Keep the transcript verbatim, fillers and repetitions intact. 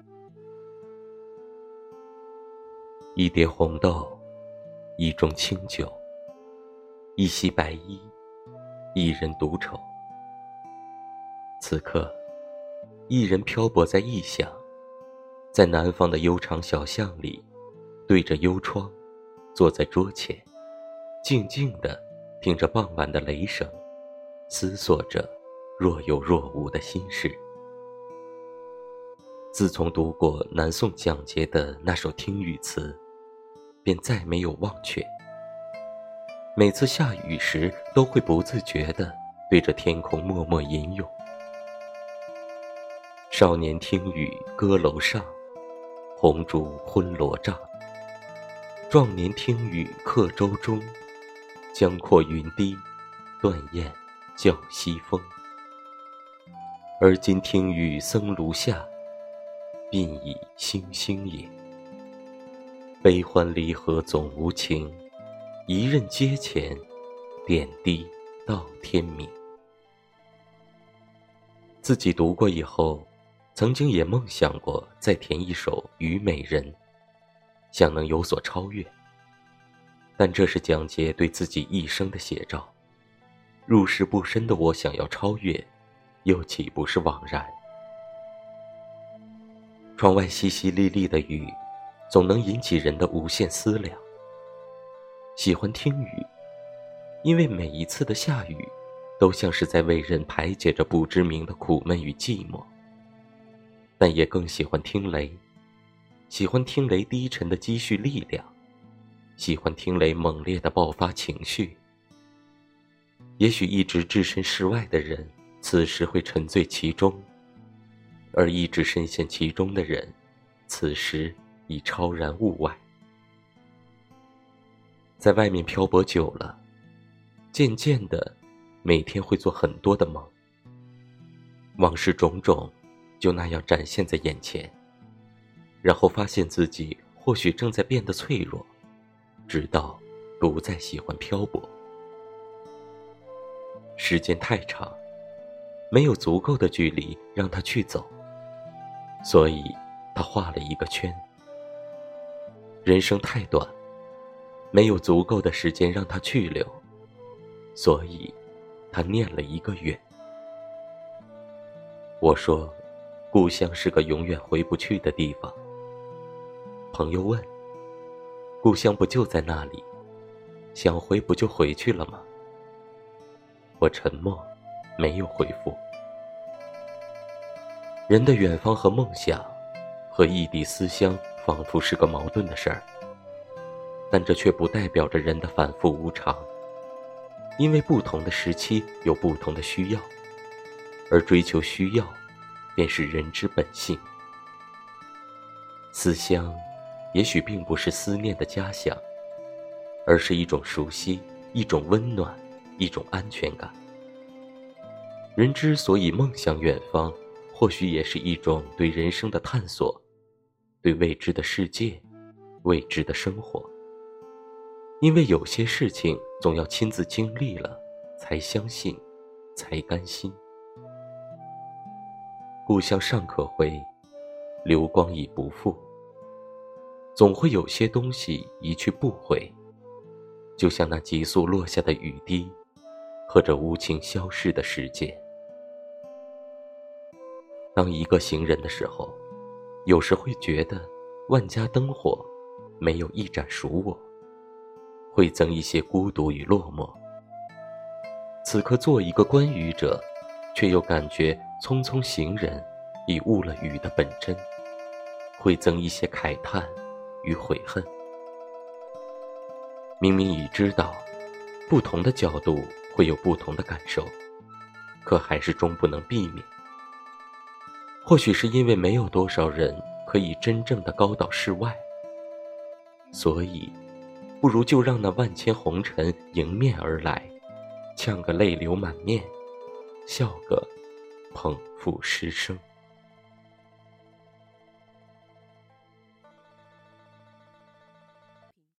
一碟红豆，一盅清酒，一袭白衣，一人独愁。此刻，一人漂泊在异乡，在南方的悠长小巷里，对着幽窗，坐在桌前，静静地听着傍晚的雷声，思索着若有若无的心事。自从读过南宋蒋捷的那首听雨词，便再没有忘却。每次下雨时，都会不自觉地对着天空默默吟咏。少年听雨歌楼上，红烛昏罗帐。壮年听雨客舟中，江阔云低，断雁叫西风。而今听雨僧庐下，鬓已星星也。悲欢离合总无情，一任阶前，点滴到天明。自己读过以后，曾经也梦想过再填一首《虞美人》，想能有所超越。但这是蒋捷对自己一生的写照，入世不深的我想要超越，又岂不是枉然？窗外淅淅沥沥的雨，总能引起人的无限思量。喜欢听雨，因为每一次的下雨，都像是在为人排解着不知名的苦闷与寂寞。但也更喜欢听雷，喜欢听雷低沉的积蓄力量，喜欢听雷猛烈的爆发情绪。也许一直置身事外的人，此时会沉醉其中，而一直深陷其中的人，此时已超然物外。在外面漂泊久了，渐渐的，每天会做很多的梦，往事种种就那样展现在眼前，然后发现自己或许正在变得脆弱，直到不再喜欢漂泊。时间太长，没有足够的距离让他去走，所以他画了一个圈。人生太短，没有足够的时间让他去留，所以他念了一个远。我说，故乡是个永远回不去的地方。朋友问，故乡不就在那里，想回不就回去了吗？我沉默，没有回复。人的远方和梦想，和异地思乡仿佛是个矛盾的事儿，但这却不代表着人的反复无常，因为不同的时期有不同的需要，而追求需要便是人之本性。思乡也许并不是思念的家乡，而是一种熟悉，一种温暖，一种安全感。人之所以梦想远方，或许也是一种对人生的探索，对未知的世界，未知的生活。因为有些事情总要亲自经历了，才相信，才甘心。故乡尚可回，流光已不复。总会有些东西一去不回，就像那急速落下的雨滴，和这无情消逝的时间。当一个行人的时候，有时会觉得万家灯火没有一盏属我，会增一些孤独与落寞。此刻做一个观雨者，却又感觉匆匆行人已误了雨的本真，会增一些慨叹与悔恨。明明已知道不同的角度会有不同的感受，可还是终不能避免。或许是因为没有多少人可以真正的高到世外，所以不如就让那万千红尘迎面而来，呛个泪流满面，笑个捧腹失声。